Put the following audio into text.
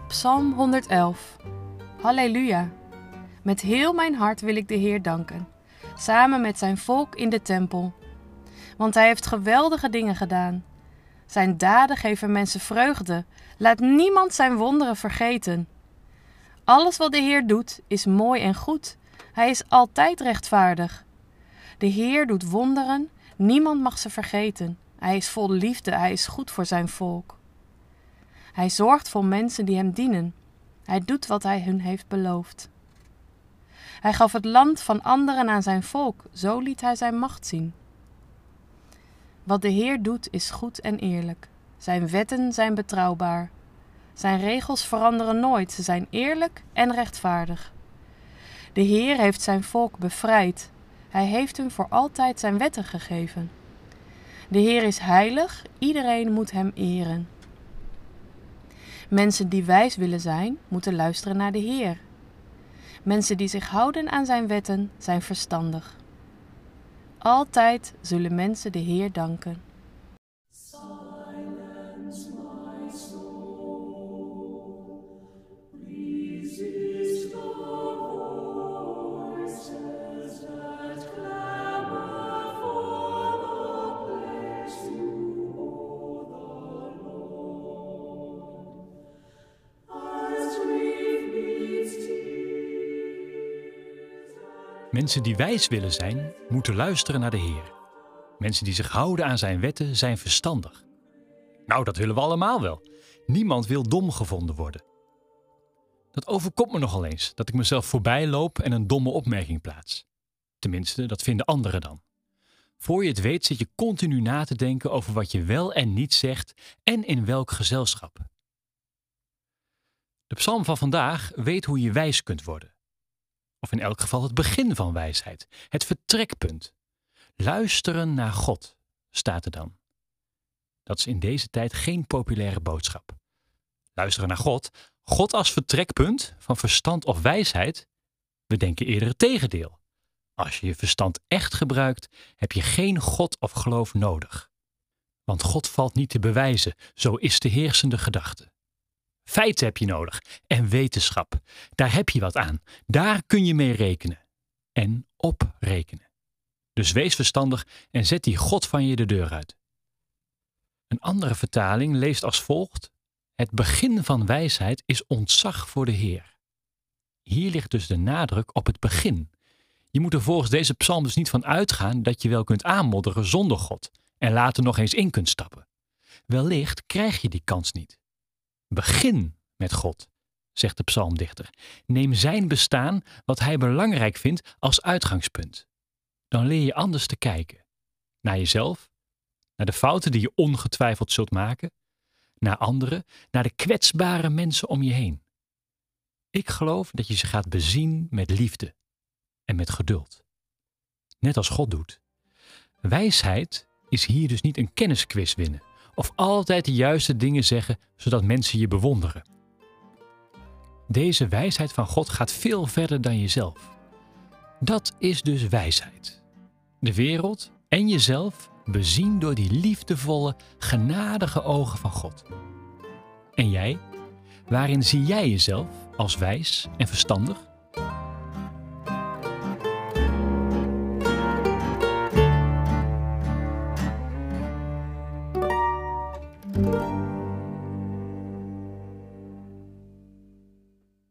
Psalm 111. Halleluja. Met heel mijn hart wil ik de Heer danken, samen met zijn volk in de tempel. Want hij heeft geweldige dingen gedaan. Zijn daden geven mensen vreugde. Laat niemand zijn wonderen vergeten. Alles wat de Heer doet is mooi en goed. Hij is altijd rechtvaardig. De Heer doet wonderen. Niemand mag ze vergeten. Hij is vol liefde. Hij is goed voor zijn volk. Hij zorgt voor mensen die hem dienen. Hij doet wat hij hun heeft beloofd. Hij gaf het land van anderen aan zijn volk. Zo liet hij zijn macht zien. Wat de Heer doet is goed en eerlijk. Zijn wetten zijn betrouwbaar. Zijn regels veranderen nooit. Ze zijn eerlijk en rechtvaardig. De Heer heeft zijn volk bevrijd. Hij heeft hun voor altijd zijn wetten gegeven. De Heer is heilig. Iedereen moet hem eren. Mensen die wijs willen zijn, moeten luisteren naar de Heer. Mensen die zich houden aan zijn wetten, zijn verstandig. Altijd zullen mensen de Heer danken. Silence my soul. Resist the voices that clamor for the place you owe the Lord. As grief meets tears. Mensen die wijs willen zijn, moeten luisteren naar de Heer. Mensen die zich houden aan zijn wetten, zijn verstandig. Nou, dat willen we allemaal wel. Niemand wil dom gevonden worden. Dat overkomt me nogal eens, dat ik mezelf voorbij loop en een domme opmerking plaats. Tenminste, dat vinden anderen dan. Voor je het weet zit je continu na te denken over wat je wel en niet zegt en in welk gezelschap. De psalm van vandaag weet hoe je wijs kunt worden. Of in elk geval het begin van wijsheid, het vertrekpunt. Luisteren naar God, staat er dan. Dat is in deze tijd geen populaire boodschap. Luisteren naar God, God als vertrekpunt van verstand of wijsheid, we denken eerder het tegendeel. Als je je verstand echt gebruikt, heb je geen God of geloof nodig. Want God valt niet te bewijzen, zo is de heersende gedachte. Feiten heb je nodig en wetenschap. Daar heb je wat aan. Daar kun je mee rekenen. En op rekenen. Dus wees verstandig en zet die God van je de deur uit. Een andere vertaling leest als volgt: het begin van wijsheid is ontzag voor de Heer. Hier ligt dus de nadruk op het begin. Je moet er volgens deze psalm dus niet van uitgaan dat je wel kunt aanmodderen zonder God en later nog eens in kunt stappen. Wellicht krijg je die kans niet. Begin met God, zegt de psalmdichter. Neem zijn bestaan, wat hij belangrijk vindt, als uitgangspunt. Dan leer je anders te kijken. Naar jezelf, naar de fouten die je ongetwijfeld zult maken, naar anderen, naar de kwetsbare mensen om je heen. Ik geloof dat je ze gaat bezien met liefde en met geduld. Net als God doet. Wijsheid is hier dus niet een kennisquiz winnen of altijd de juiste dingen zeggen zodat mensen je bewonderen. Deze wijsheid van God gaat veel verder dan jezelf. Dat is dus wijsheid. De wereld en jezelf bezien door die liefdevolle, genadige ogen van God. En jij? Waarin zie jij jezelf als wijs en verstandig?